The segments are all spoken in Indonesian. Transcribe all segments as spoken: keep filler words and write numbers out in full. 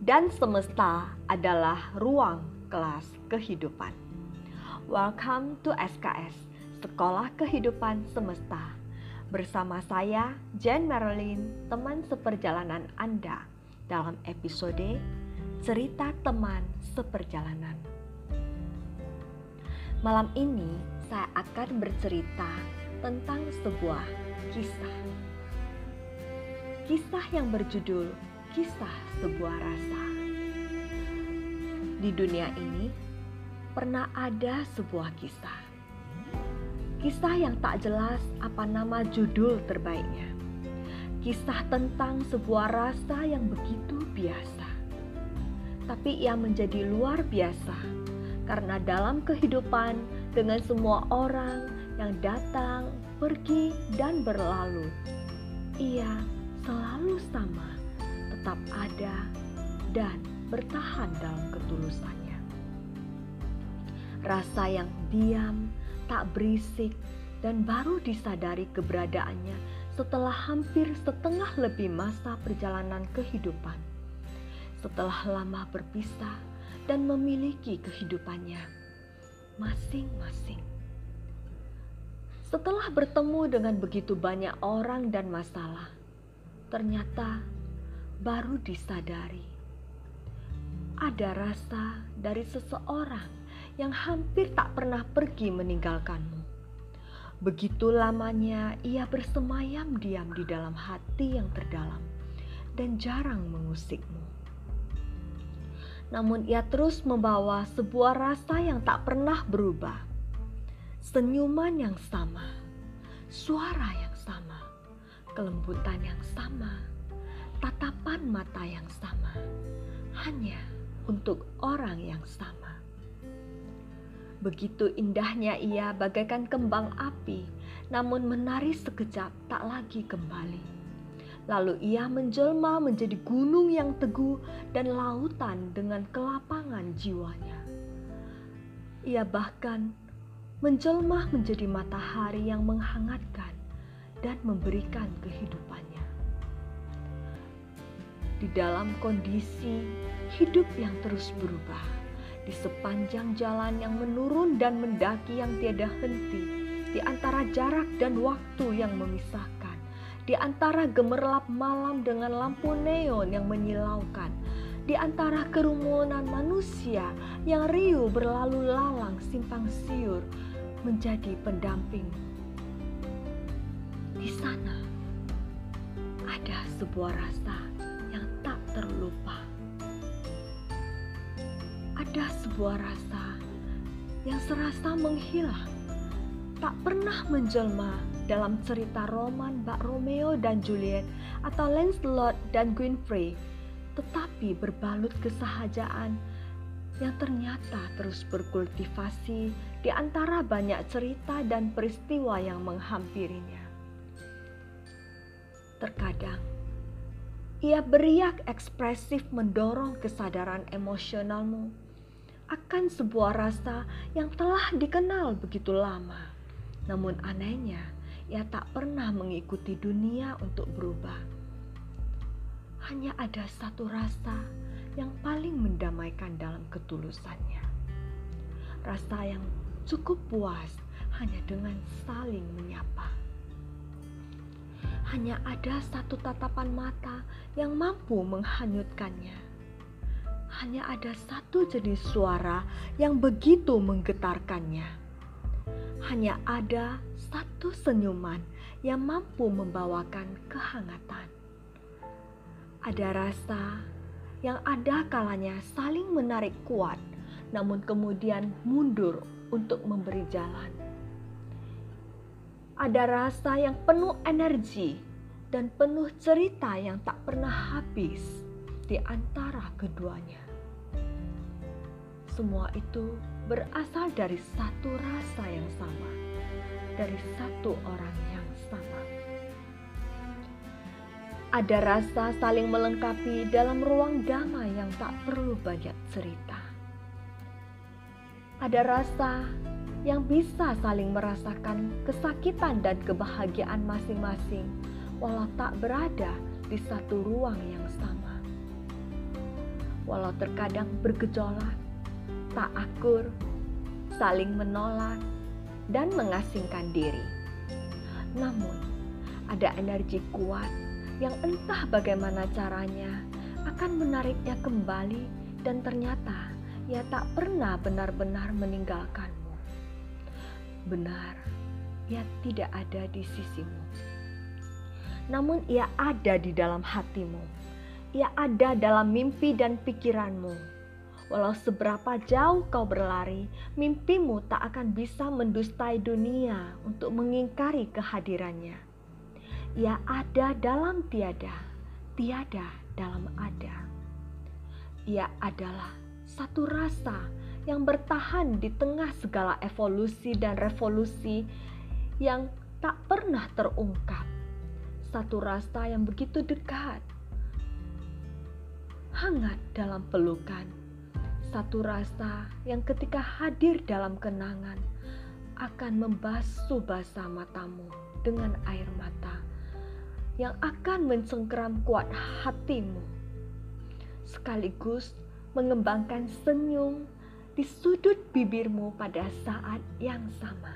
dan semesta adalah ruang kelas kehidupan. Welcome to S K S, Sekolah Kehidupan Semesta. Bersama saya, Jen Marilyn, teman seperjalanan Anda dalam episode Cerita Teman Seperjalanan. Malam ini saya akan bercerita tentang sebuah kisah. Kisah yang berjudul Kisah Sebuah Rasa. Di dunia ini pernah ada sebuah kisah. Kisah yang tak jelas apa nama judul terbaiknya. Kisah tentang sebuah rasa yang begitu biasa. Tapi ia menjadi luar biasa karena dalam kehidupan dengan semua orang yang datang, pergi, dan berlalu, ia selalu sama, tetap ada, dan bertahan dalam ketulusannya. Rasa yang diam, tak berisik, dan baru disadari keberadaannya setelah hampir setengah lebih masa perjalanan kehidupan. Setelah lama berpisah dan memiliki kehidupannya masing-masing. Setelah bertemu dengan begitu banyak orang dan masalah, ternyata baru disadari ada rasa dari seseorang yang hampir tak pernah pergi meninggalkanmu. Begitu lamanya ia bersemayam diam di dalam hati yang terdalam dan jarang mengusikmu. Namun ia terus membawa sebuah rasa yang tak pernah berubah. Senyuman yang sama, suara yang sama, kelembutan yang sama, tatapan mata yang sama, hanya untuk orang yang sama. Begitu indahnya ia bagaikan kembang api, namun menari sekejap tak lagi kembali. Lalu ia menjelma menjadi gunung yang teguh dan lautan dengan kelapangan jiwanya. Ia bahkan menjelma menjadi matahari yang menghangatkan dan memberikan kehidupannya. Di dalam kondisi hidup yang terus berubah, di sepanjang jalan yang menurun dan mendaki yang tiada henti, di antara jarak dan waktu yang memisahkan, di antara gemerlap malam dengan lampu neon yang menyilaukan, di antara kerumunan manusia yang riuh berlalu lalang simpang siur menjadi pendamping. Di sana ada sebuah rasa yang tak terlupa. Ada sebuah rasa yang serasa menghilang, tak pernah menjelma dalam cerita roman bak Romeo dan Juliet atau Lancelot dan Guinevere, tetapi berbalut kesahajaan yang ternyata terus berkultivasi di antara banyak cerita dan peristiwa yang menghampirinya. Terkadang ia beriak ekspresif mendorong kesadaran emosionalmu akan sebuah rasa yang telah dikenal begitu lama. Namun anehnya, ia tak pernah mengikuti dunia untuk berubah. Hanya ada satu rasa yang paling mendamaikan dalam ketulusannya. Rasa yang cukup puas hanya dengan saling menyapa. Hanya ada satu tatapan mata yang mampu menghanyutkannya. Hanya ada satu jenis suara yang begitu menggetarkannya. Hanya ada satu senyuman yang mampu membawakan kehangatan. Ada rasa yang ada kalanya saling menarik kuat, namun kemudian mundur untuk memberi jalan. Ada rasa yang penuh energi dan penuh cerita yang tak pernah habis di antara keduanya. Semua itu berasal dari satu rasa yang sama, dari satu orang yang sama. Ada rasa saling melengkapi dalam ruang damai yang tak perlu banyak cerita. Ada rasa yang bisa saling merasakan kesakitan dan kebahagiaan masing-masing, walau tak berada di satu ruang yang sama. walau terkadang bergejolak, tak akur, saling menolak, dan mengasingkan diri. Namun, ada energi kuat yang entah bagaimana caranya akan menariknya kembali, dan ternyata ia tak pernah benar-benar meninggalkanmu. Benar, ia tidak ada di sisimu. Namun ia ada di dalam hatimu. Ia ada dalam mimpi dan pikiranmu. Walau seberapa jauh kau berlari, mimpimu tak akan bisa mendustai dunia untuk mengingkari kehadirannya. Ia ada dalam tiada, tiada dalam ada. Ia adalah satu rasa yang bertahan di tengah segala evolusi dan revolusi yang tak pernah terungkap. Satu rasa yang begitu dekat, hangat dalam pelukan. Satu rasa yang ketika hadir dalam kenangan akan membasuh basah matamu dengan air mata, yang akan mencengkeram kuat hatimu, sekaligus mengembangkan senyum di sudut bibirmu pada saat yang sama.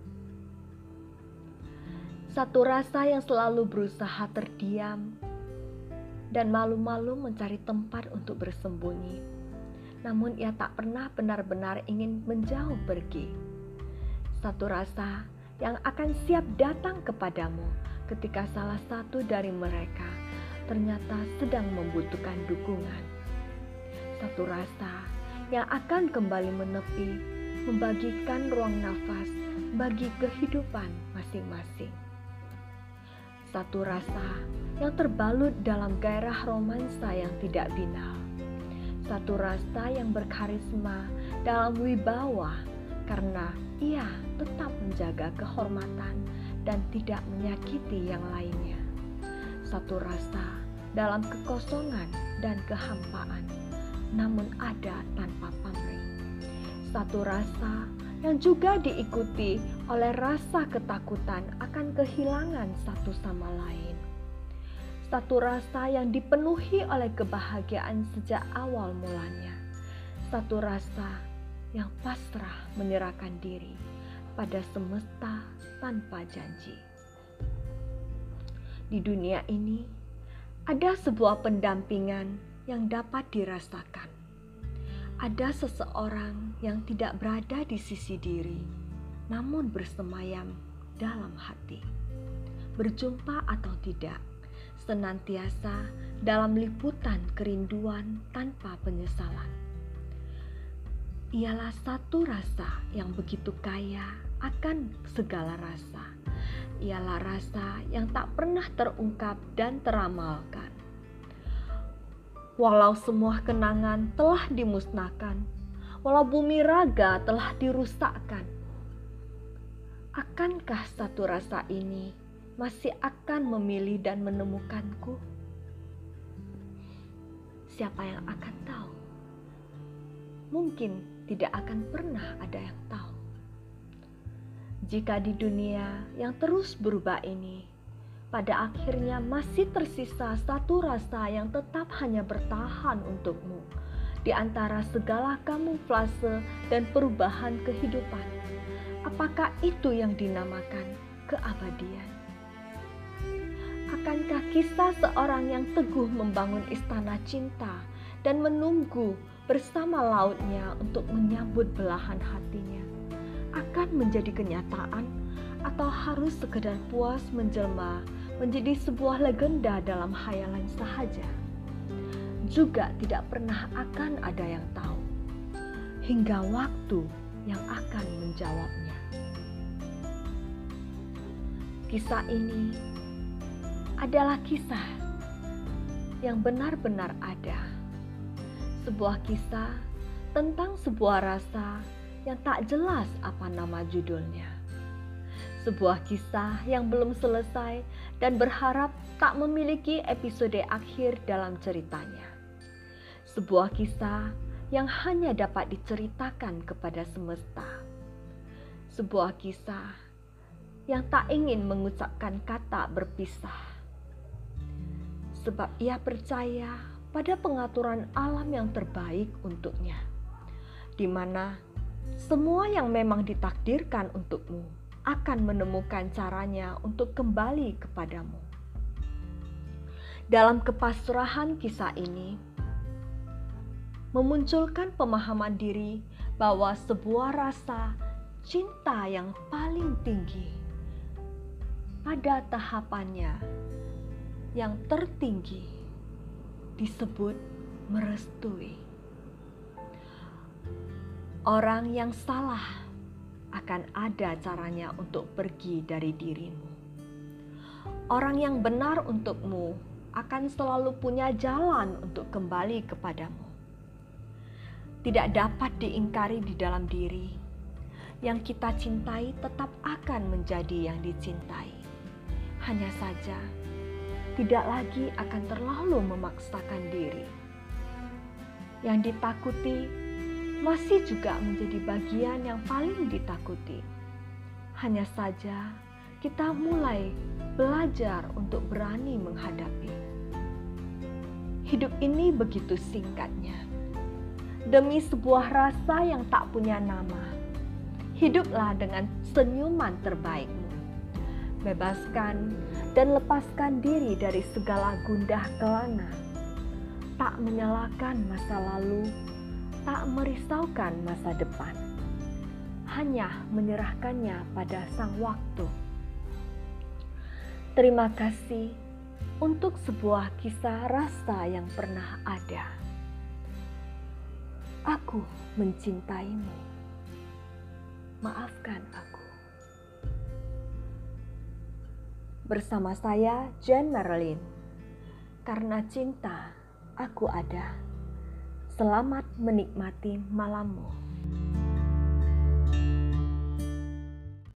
Satu rasa yang selalu berusaha terdiam dan malu-malu mencari tempat untuk bersembunyi. Namun ia tak pernah benar-benar ingin menjauh pergi. Satu rasa yang akan siap datang kepadamu ketika salah satu dari mereka ternyata sedang membutuhkan dukungan. Satu rasa yang akan kembali menepi, membagikan ruang nafas bagi kehidupan masing-masing. Satu rasa yang terbalut dalam gairah romansa yang tidak binal. Satu rasa yang berkarisma dalam wibawa karena ia tetap menjaga kehormatan dan tidak menyakiti yang lainnya. Satu rasa dalam kekosongan dan kehampaan, namun ada tanpa pamrih. Satu rasa yang juga diikuti oleh rasa ketakutan akan kehilangan satu sama lain. Satu rasa yang dipenuhi oleh kebahagiaan sejak awal mulanya. Satu rasa yang pasrah menyerahkan diri pada semesta tanpa janji. Di dunia ini ada sebuah pendampingan yang dapat dirasakan. Ada seseorang yang tidak berada di sisi diri, namun bersemayam dalam hati. Berjumpa atau tidak, senantiasa dalam liputan kerinduan tanpa penyesalan. Ialah satu rasa yang begitu kaya akan segala rasa. Ialah rasa yang tak pernah terungkap dan teramalkan. Walau semua kenangan telah dimusnahkan, walau bumi raga telah dirusakkan, akankah satu rasa ini masih akan memilih dan menemukanku? Siapa yang akan tahu? Mungkin tidak akan pernah ada yang tahu. Jika di dunia yang terus berubah ini, pada akhirnya masih tersisa satu rasa yang tetap hanya bertahan untukmu di antara segala kamuflase dan perubahan kehidupan. Apakah itu yang dinamakan keabadian? Akankah kisah seorang yang teguh membangun istana cinta dan menunggu bersama lautnya untuk menyambut belahan hatinya akan menjadi kenyataan, atau harus sekedar puas menjelma menjadi sebuah legenda dalam khayalan sahaja? Juga tidak pernah akan ada yang tahu, hingga waktu yang akan menjawabnya. Kisah ini adalah kisah yang benar-benar ada. Sebuah kisah tentang sebuah rasa yang tak jelas apa nama judulnya. Sebuah kisah yang belum selesai dan berharap tak memiliki episode akhir dalam ceritanya. Sebuah kisah yang hanya dapat diceritakan kepada semesta. Sebuah kisah yang tak ingin mengucapkan kata berpisah. Sebab ia percaya pada pengaturan alam yang terbaik untuknya, di mana semua yang memang ditakdirkan untukmu akan menemukan caranya untuk kembali kepadamu. Dalam kepasrahan kisah ini memunculkan pemahaman diri bahwa sebuah rasa cinta yang paling tinggi pada tahapannya yang tertinggi disebut merestui. Orang yang salah akan ada caranya untuk pergi dari dirimu. Orang yang benar untukmu akan selalu punya jalan untuk kembali kepadamu. Tidak dapat diingkari di dalam diri, yang kita cintai tetap akan menjadi yang dicintai. Hanya saja, tidak lagi akan terlalu memaksakan diri. Yang ditakuti masih juga menjadi bagian yang paling ditakuti. Hanya saja kita mulai belajar untuk berani menghadapi. Hidup ini begitu singkatnya. Demi sebuah rasa yang tak punya nama, hiduplah dengan senyuman terbaikmu. Bebaskan dan lepaskan diri dari segala gundah gelana. Tak menyalahkan masa lalu, tak merisaukan masa depan, hanya menyerahkannya pada sang waktu. Terima kasih untuk sebuah kisah rasa yang pernah ada. Aku mencintaimu. Maafkan aku. Bersama saya, Jen Marilyn. Karena cinta, aku ada. Selamat menikmati malammu.